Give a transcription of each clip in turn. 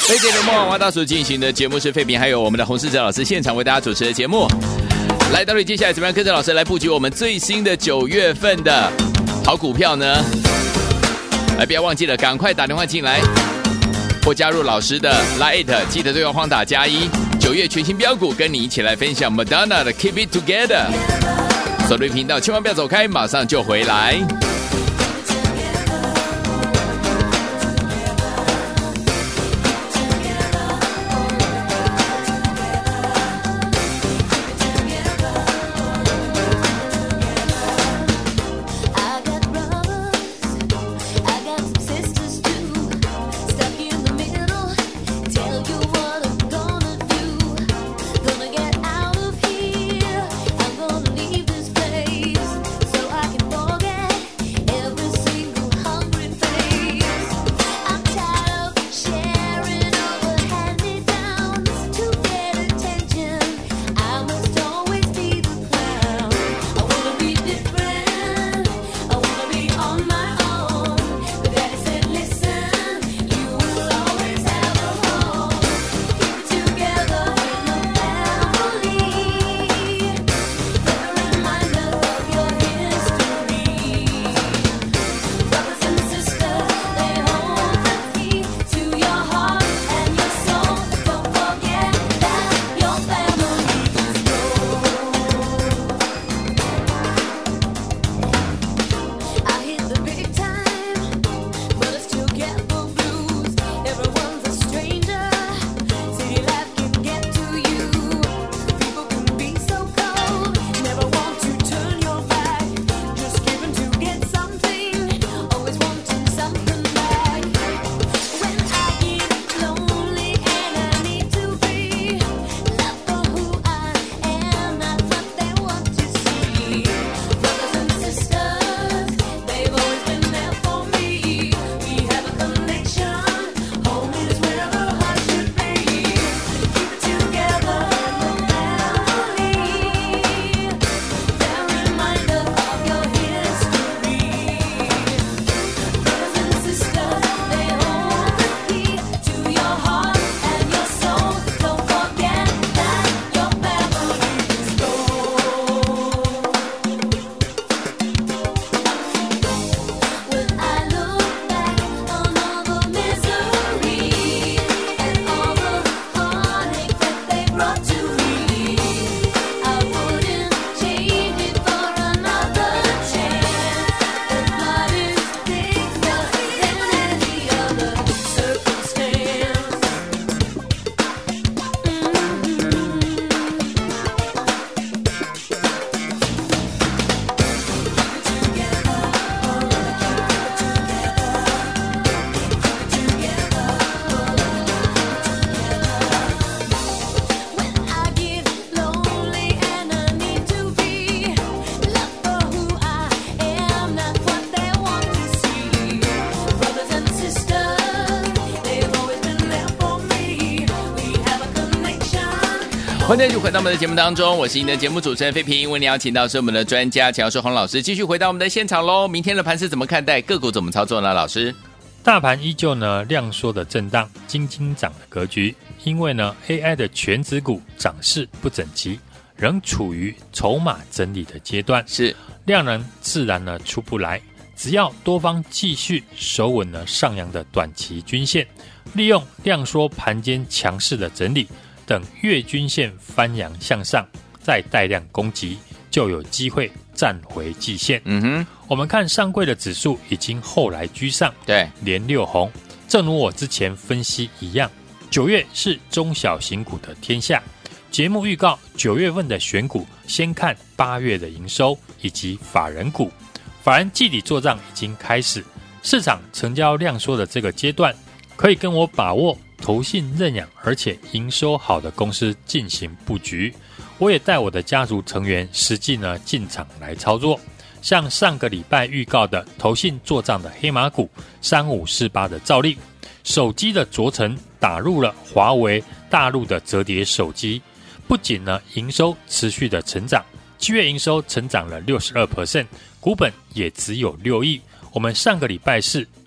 飞碟联盟王大所进行的节目是废品，还有我们的洪世哲老师现场为大家主持的节目。来，到底接下来怎么样跟着老师来布局我们最新的9月份的好股票呢？来，不要忘记了，赶快打电话进来，或加入老师的 Line， 记得对话框打+1，9月全新标股，跟你一起来分享 Madonna 的 Keep It Together。锁定频道，千万不要走开，马上就回来。欢迎继续回到我们的节目当中，我是您的节目主持人飞平，为您邀请到是我们的专家乔世洪老师，继续回到我们的现场喽。明天的盘势怎么看待？个股怎么操作呢？老师， 大盘依旧呢量缩的震荡，金涨的格局，因为呢 AI 的全指股涨势不整齐，仍处于筹码整理的阶段， 是量能自然呢出不来。只要多方继续守稳呢上扬的短期均线，利用量缩盘间强势的整理，等月均线翻扬向上，再带量攻击，就有机会站回季线。我们看上柜的指数已经后来居上， 对， 连6红。正如我之前分析一样，9月是中小型股的天下。节目预告9月份的选股，先看8月的营收以及法人股。法人季底作账已经开始，市场成交量缩的这个阶段，可以跟我把握投信认养而且营收好的公司进行布局。我也带我的家族成员实际呢进场来操作，像上个礼拜预告的投信做账的黑马股3548的兆利，手机的轴承打入了华为大陆的折叠手机，不仅呢营收持续的成长，7月营收成长了 62%， 股本也只有6亿。我们上个礼拜是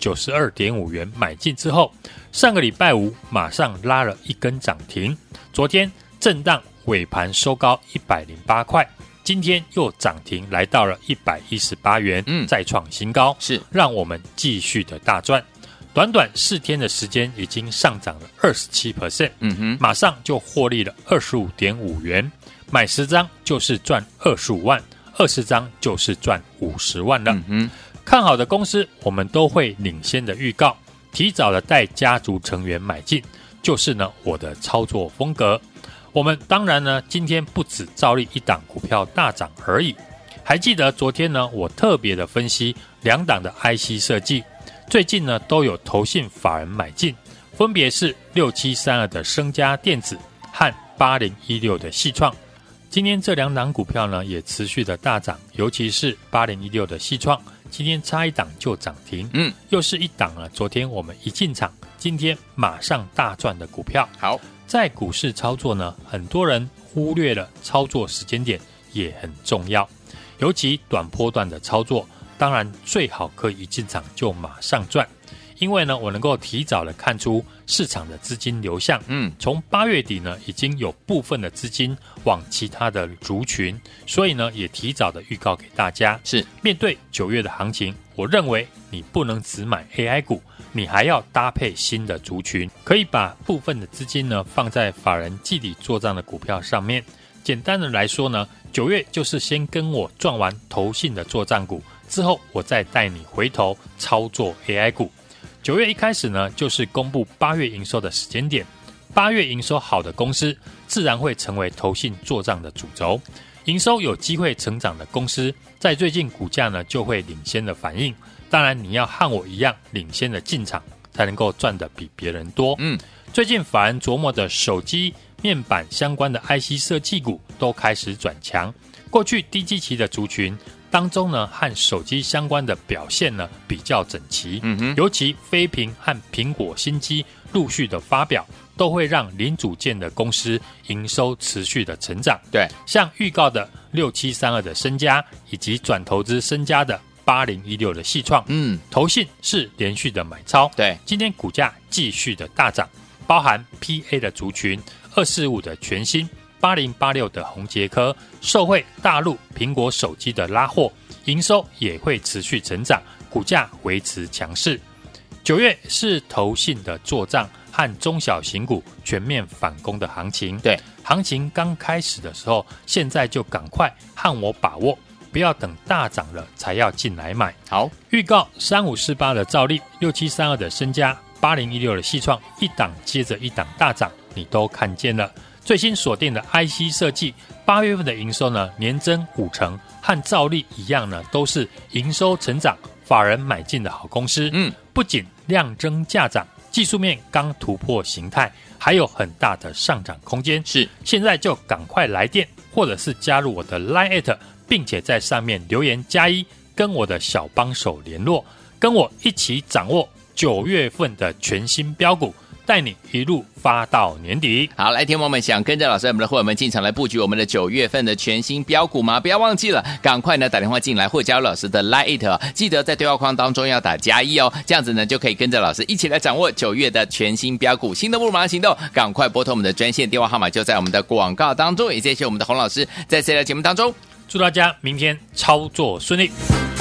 92.5元买进之后，上个礼拜五马上拉了一根涨停，昨天震荡尾盘收高108块，今天又涨停来到了118元，再创新高， 是让我们继续的大赚。短短4天的时间已经上涨了27%，马上就获利了25.5元，买10张就是赚25万，20张就是赚50万了。看好的公司我们都会领先的预告，提早的带家族成员买进，就是呢我的操作风格。我们当然呢今天不止照例一档股票大涨而已，还记得昨天呢我特别的分析2档的 IC 设计，最近呢都有投信法人买进，分别是6732的升家电子和8016的矽创。今天这2档股票呢也持续的大涨，尤其是8016的矽创，今天差一档就涨停，又是一档了。昨天我们一进场，今天马上大赚的股票。 好， 在股市操作呢，很多人忽略了操作时间点也很重要，尤其短波段的操作，当然最好可以一进场就马上赚，因为呢我能够提早的看出市场的资金流向，从8月底呢已经有部分的资金往其他的族群，所以呢也提早的预告给大家。 是面对9月的行情，我认为你不能只买 AI 股，你还要搭配新的族群，可以把部分的资金呢放在法人季底做账的股票上面。简单的来说呢，9月就是先跟我赚完投信的做账股之后，我再带你回头操作 AI 股。9月一开始呢，就是公布8月营收的时间点。8月营收好的公司，自然会成为投信做账的主轴。营收有机会成长的公司，在最近股价呢就会领先的反应。当然，你要和我一样领先的进场，才能够赚得比别人多。最近法人琢磨的手机面板相关的 IC 设计股都开始转强。过去低基期的族群当中呢，和手机相关的表现呢比较整齐，尤其飞屏和苹果新机陆续的发表，都会让零组件的公司营收持续的成长。 对， 像预告的6732的升家，以及转投资升家的8016的矽创，投信是连续的买超， 对， 今天股价继续的大涨，包含 PA 的族群，245的全新，8086的宏捷科，受惠大陆苹果手机的拉货，营收也会持续成长，股价维持强势。9月是投信的做账和中小型股全面反攻的行情。 对， 行情刚开始的时候，现在就赶快和我把握，不要等大涨了才要进来买。 好， 预告3548的兆利，6732的升家，8016的矽创，一档接着一档大涨，你都看见了。最新锁定的 IC 设计，8月份的营收呢年增50%，和兆利一样呢，都是营收成长，法人买进的好公司。不仅量增价涨，技术面刚突破形态，还有很大的上涨空间。 是， 现在就赶快来电，或者是加入我的 Line@， 并且在上面留言+1，跟我的小帮手联络，跟我一起掌握9月份的全新标股，带你一路发到年底。 好，来，听众朋友们，想跟着老师我们的伙伴们进场来布局我们的9月份的全新标股吗？不要忘记了，赶快呢打電話進來或加入老師的 Line， 記得在對話框當中要打+1哦，這樣子呢就可以跟着老師一起來掌握9月的全新標股。心動不如馬上行動，趕快撥通我們的專線，電話號碼就在我們的廣告當中。也謝謝我們的洪老師在這節目當中， 祝大家明天操作順利。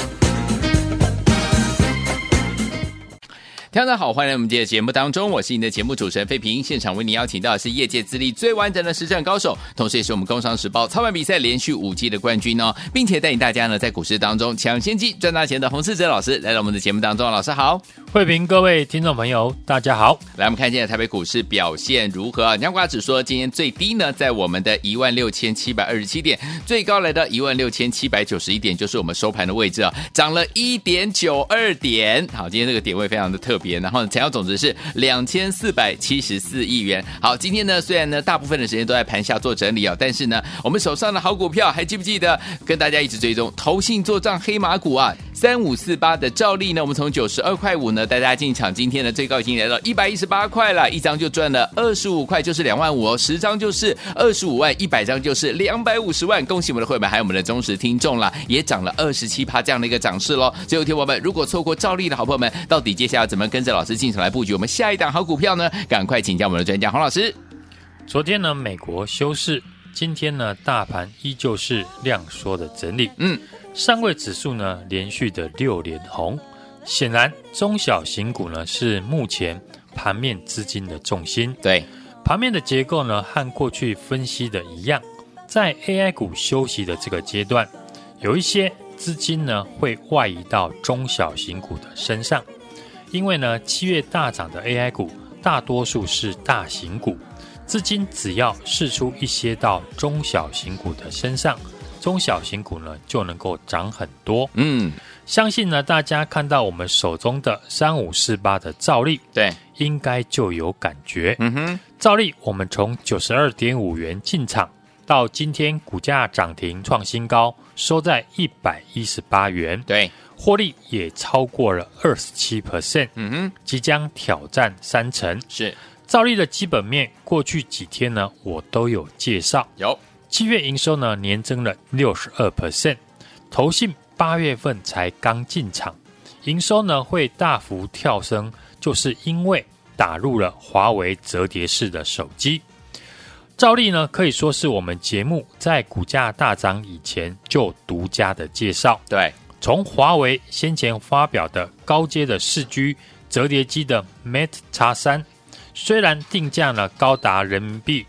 大家好，欢迎来我们今天的节目当中，我是你的节目主持人费平。现场为你邀请到的是业界资历最完整的实战高手，同时也是我们工商时报操盘比赛连续5季的冠军哦，并且带领大家呢在股市当中抢先机赚大钱的洪士哲老师来到我们的节目当中。老师好。 慧平，各位听众朋友大家好。 来，我们看现在台北股市表现如何？央股指数今天最低呢在我们的16727点，最高来到16791点，就是我们收盘的位置啊，涨了 1.92 点。好，今天这个点位非常的特别，然后成交总值是2474亿元。好，今天呢虽然呢大部分的时间都在盘下做整理哦，但是呢我们手上的好股票还记不记得跟大家一直追踪投信做账黑马股啊 3548的兆利呢，我们从92块5呢带大家进场，今天的最高已经来到118块了，一张就赚了25块，就是2万5哦，10张就是25万，100张就是250万，恭喜我们的会员还有我们的忠实听众啦，也涨了27%这样的一个涨势咯。最后听我们如果错过兆利的好朋友们，到底接下来怎么跟着老师进场来布局我们下一档好股票呢？赶快请教我们的专家洪老师。 昨天呢，美国休市，今天呢，大盘依旧是量缩的整理。上柜指数呢，连续的6连红，显然中小型股呢是目前盘面资金的重心。 对， 盘面的结构呢和过去分析的一样，在 AI 股休息的这个阶段，有一些资金呢会外移到中小型股的身上，因为呢7月大涨的 AI 股大多数是大型股，资金只要释出一些到中小型股的身上，中小型股呢就能够涨很多。相信呢大家看到我们手中的3548的兆利，对，应该就有感觉。兆利我们从 92.5 元进场，到今天股价涨停创新高，收在118元，对，获利也超过了 27%，即将挑战3成。是兆利的基本面，过去几天呢我都有介绍，有7月营收呢年增了 62%， 投信8月份才刚进场，营收呢会大幅跳升，就是因为打入了华为折叠式的手机。兆利呢可以说是我们节目在股价大涨以前就独家的介绍。对，从华为先前发表的高阶的4G 折叠机的 Mate X3， 虽然定价呢高达人民币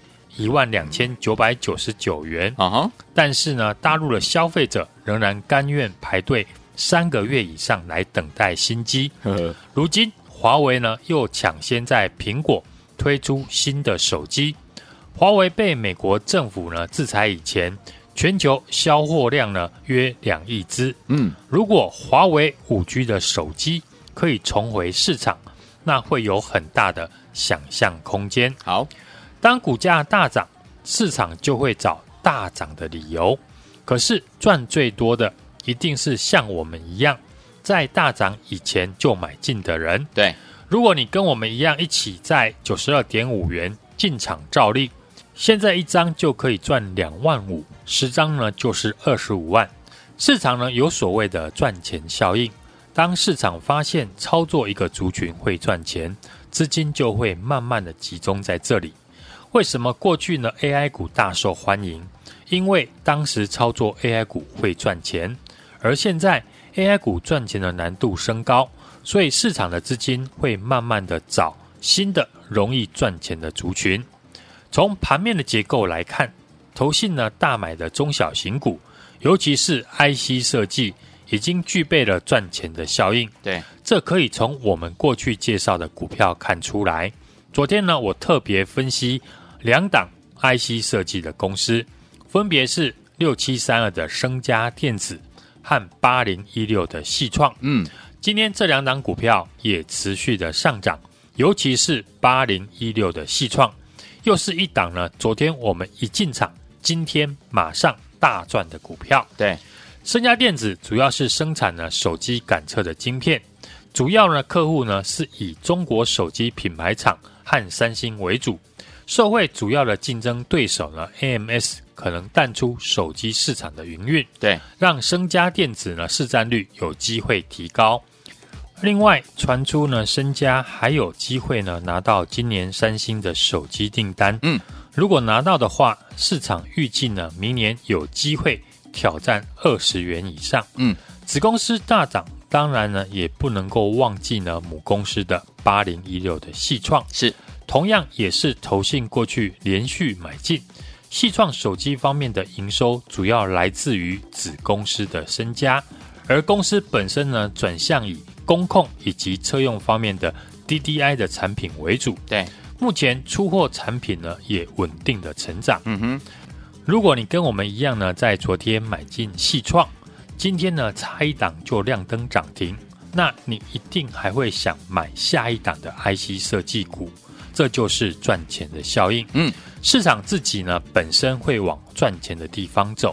12999元，但是呢大陆的消费者仍然甘愿排队3个月以上来等待新机。如今华为呢又抢先在苹果推出新的手机，华为被美国政府呢制裁以前，全球销货量呢约2亿只。如果华为 5G 的手机可以重回市场，那会有很大的想象空间。好，当股价大涨，市场就会找大涨的理由，可是赚最多的一定是像我们一样在大涨以前就买进的人。对，如果你跟我们一样一起在 92.5 元进场兆利，现在一张就可以赚2万5，10张呢就是25万。市场呢有所谓的赚钱效应，当市场发现操作一个族群会赚钱，资金就会慢慢的集中在这里。为什么过去呢 AI 股大受欢迎？因为当时操作 AI 股会赚钱，而现在 AI 股赚钱的难度升高，所以市场的资金会慢慢的找新的容易赚钱的族群。从盘面的结构来看，投信呢大买的中小型股，尤其是 IC 设计，已经具备了赚钱的效应。对，这可以从我们过去介绍的股票看出来。昨天呢我特别分析2档 IC 设计的公司，分别是6732的升嘉电子和8016的矽创。今天这2档股票也持续的上涨，尤其是8016的矽创，又是一档呢昨天我们一进场，今天马上大赚的股票。对，升嘉电子主要是生产呢手机感测的晶片，主要呢客户呢是以中国手机品牌厂和三星为主，受惠主要的竞争对手呢 AMS 可能淡出手机市场的营运，对，让升嘉电子呢市占率有机会提高。另外传出呢升嘉还有机会呢拿到今年三星的手机订单，如果拿到的话，市场预计呢明年有机会挑战20元以上。子公司大涨，当然呢也不能够忘记呢母公司的8016的矽创，是同样也是投信过去连续买进。矽创手机方面的营收主要来自于子公司的升嘉，而公司本身呢转向以工控以及车用方面的 DDI 的产品为主。对，目前出货产品呢也稳定的成长。如果你跟我们一样呢在昨天买进矽创，今天呢差一档就亮灯涨停，那你一定还会想买下一档的 IC 设计股，这就是赚钱的效应。市场自己呢本身会往赚钱的地方走，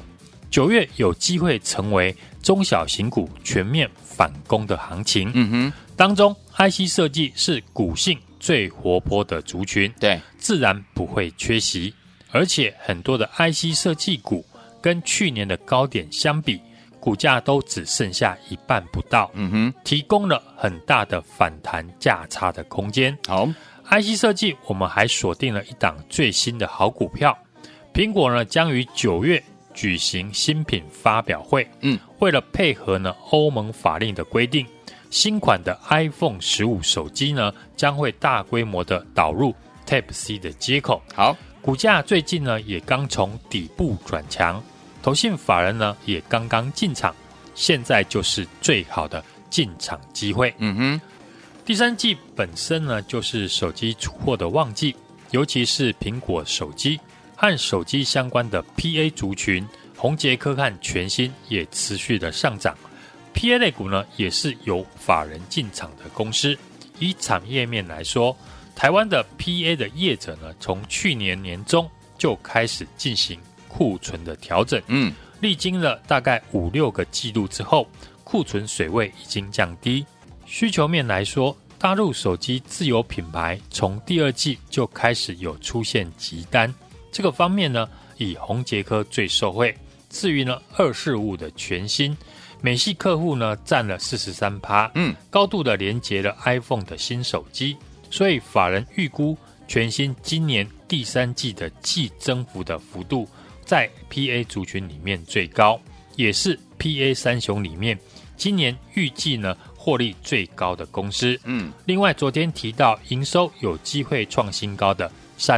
9月有机会成为中小型股全面反攻的行情。当中 IC 设计是股性最活泼的族群， 对， 自然不会缺席。而且很多的 IC 设计股跟去年的高点相比，股价都只剩下一半不到，提供了很大的反弹价差的空间。 好 ，IC 设计我们还锁定了一档最新的好股票，苹果呢将于9月举行新品发表会，为了配合呢欧盟法令的规定，新款的 iPhone 15手机呢将会大规模的导入 Type-C 的接口。 好， 股价最近呢也刚从底部转强，投信法人呢也刚刚进场，现在就是最好的进场机会。第三季本身呢就是手机出货的旺季，尤其是苹果手机和手机相关的 PA 族群，宏捷科和全新也持续的上涨。PA 类股呢也是有法人进场的公司。以产业面来说，台湾的 PA 的业者呢，从去年年中就开始进行库存的调整，历经了大概5-6个季度之后，库存水位已经降低。需求面来说，大陆手机自有品牌从第2季就开始有出现急单，这个方面呢，以宏捷科最受惠。至于呢245的全新美系客户呢占了 43%，高度的连接了 iPhone 的新手机，所以法人预估全新今年第3季的季增幅的幅度在 PA 族群里面最高，也是 PA 三雄里面今年预计呢获利最高的公司。另外昨天提到营收有机会创新高的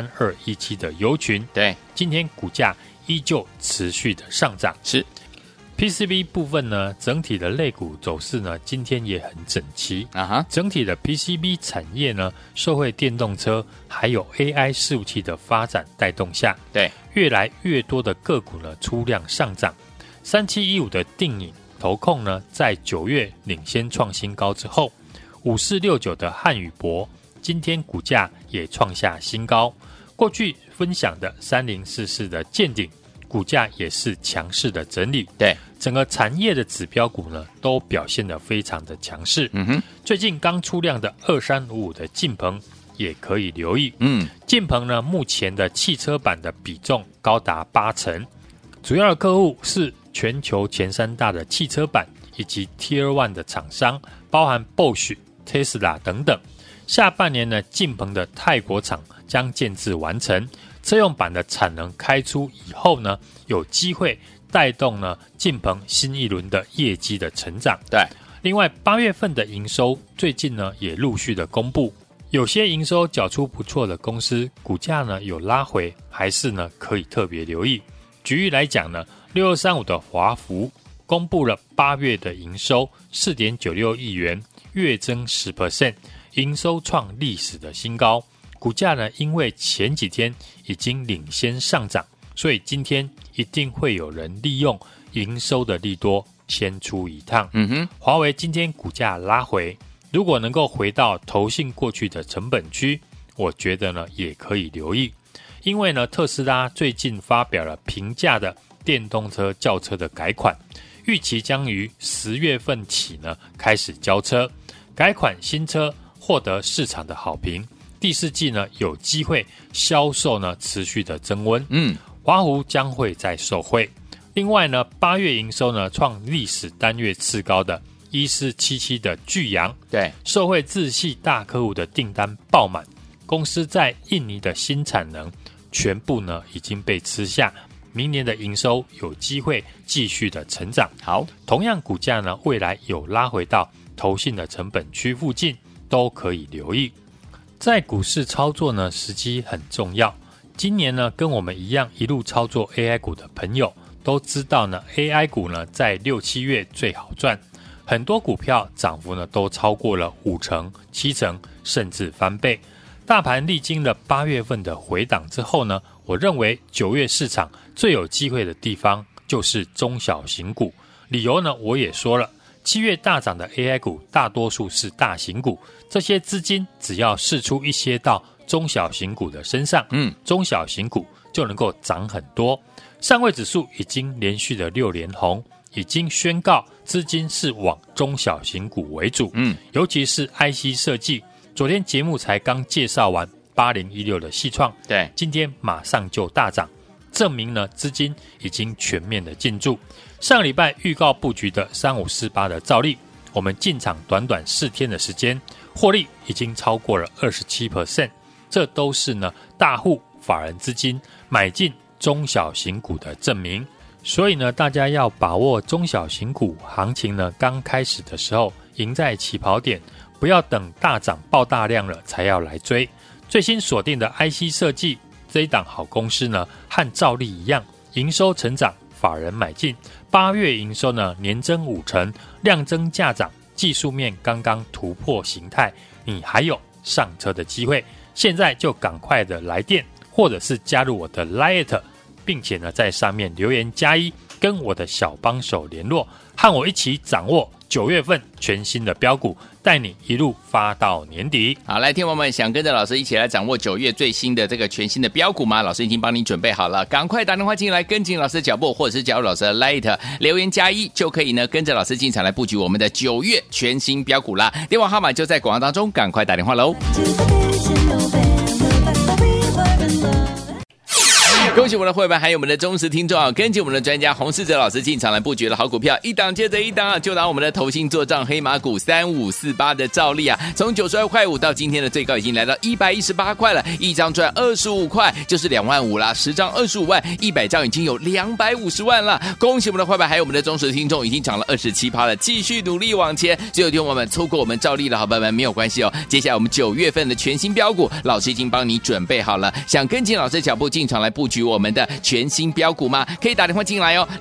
3217的油群，对，今天股价依旧持续的上涨。是 PCB 部分呢，整体的类股走势呢，今天也很整齐。整体的 PCB 产业呢，受惠电动车还有 AI 伺服器的发展带动下，对，越来越多的个股呢出量上涨。3715的定影投控呢，在9月领先创新高之后，5469的汉语博今天股价也创下新高。过去分享的3044的健鼎股价也是强势的整理，对，整个产业的指标股呢都表现得非常的强势。最近刚出量的2355的晋鹏也可以留意。晋鹏呢目前的汽车版的比重高达80%，主要的客户是全球前3大的汽车版以及 Tier 1的厂商，包含 Bosch、Tesla 等等。下半年呢，晋鹏的泰国厂将建制完成，车用版的产能开出以后呢，有机会带动呢晋鹏新一轮的业绩的成长。对，另外8月份的营收最近呢也陆续的公布，有些营收缴出不错的公司，股价呢有拉回，还是呢可以特别留意。举例来讲呢，6235的华孚公布了8月的营收 4.96 亿元，月增 10%， 营收创历史的新高。股价呢，因为前几天已经领先上涨，所以今天一定会有人利用营收的利多先出一趟。华为今天股价拉回，如果能够回到投信过去的成本区，我觉得呢也可以留意。因为呢，特斯拉最近发表了平价的电动车轿车的改款，预期将于10月份起呢开始交车。改款新车获得市场的好评，第4季呢有机会销售呢持续的增温。华孚将会再受惠。另外呢，8月营收呢创历史单月次高的1477的巨阳，对，受惠自系大客户的订单爆满，公司在印尼的新产能全部呢已经被吃下，明年的营收有机会继续的成长。好，同样股价呢未来有拉回到投信的成本区附近，都可以留意。在股市操作呢，时机很重要。今年呢，跟我们一样一路操作 AI 股的朋友都知道呢 ，AI 股呢在6-7月最好赚，很多股票涨幅呢都超过了50%、70%，甚至翻倍。大盘历经了8月份的回档之后呢，我认为9月市场最有机会的地方就是中小型股。理由呢，我也说了。7月大涨的 AI 股大多数是大型股，这些资金只要释出一些到中小型股的身上，中小型股就能够涨很多。上柜指数已经连续的6连红，已经宣告资金是往中小型股为主，尤其是 IC 设计，昨天节目才刚介绍完8016的矽创， 对， 今天马上就大涨，证明呢资金已经全面的进驻。上礼拜预告布局的3548的兆利，我们进场短短4天的时间，获利已经超过了 27%， 这都是呢大户法人资金买进中小型股的证明。所以呢，大家要把握中小型股行情呢刚开始的时候，赢在起跑点，不要等大涨爆大量了才要来追。最新锁定的 IC 设计这一档好公司呢，和兆利一样，营收成长，法人买进，8月营收呢年增50%，量增价涨，技术面刚刚突破形态，你还有上车的机会。现在就赶快的来电，或者是加入我的 Lite， 并且呢在上面留言+1，跟我的小帮手联络，和我一起掌握9月份全新的标股，带你一路发到年底。 好，来，听众们想跟着老师一起来掌握9月最新的这个全新的标股吗？老师已经帮你准备好了，赶快打电话进来跟紧老师的脚步，或者是加入老师的 Lite， 留言+1就可以呢跟着老师进场来布局我们的9月全新标股啦。电话号码就在广告当中，赶快打电话喽。恭喜我们的会员还有我们的忠实听众啊！跟紧我们的专家洪士哲老师进场来布局的好股票，一档接着一档啊！就拿我们的投信作账黑马股3548的兆利啊，从92块5到今天的最高已经来到118块了，一张赚25块，就是2万5啦，10张25万，100张已经有250万了。恭喜我们的会员还有我们的忠实听众，已经涨了27%了，继续努力往前。只有听我们错过我们兆利的好朋友们没有关系哦，接下来我们9月份的全新标股，老师已经帮你准备好了，想跟紧老师的脚步进场来布局我们的全新标股吗？可以打电话进来哦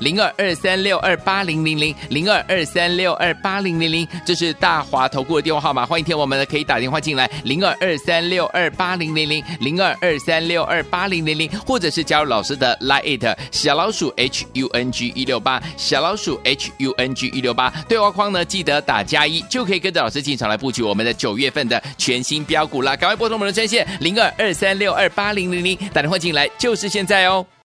，0223628000，0223628000，这是大华投顾的电话号码，欢迎听我们的可以打电话进来，0223628000，0223628000，或者是加入老师的 Lite 小老鼠 HUNG168，小老鼠 HUNG168，对话框呢记得打+1，就可以跟着老师进场来布局我们的9月份的全新标股啦，赶快拨通我们的专线0223628000，打电话进来就是现在哦。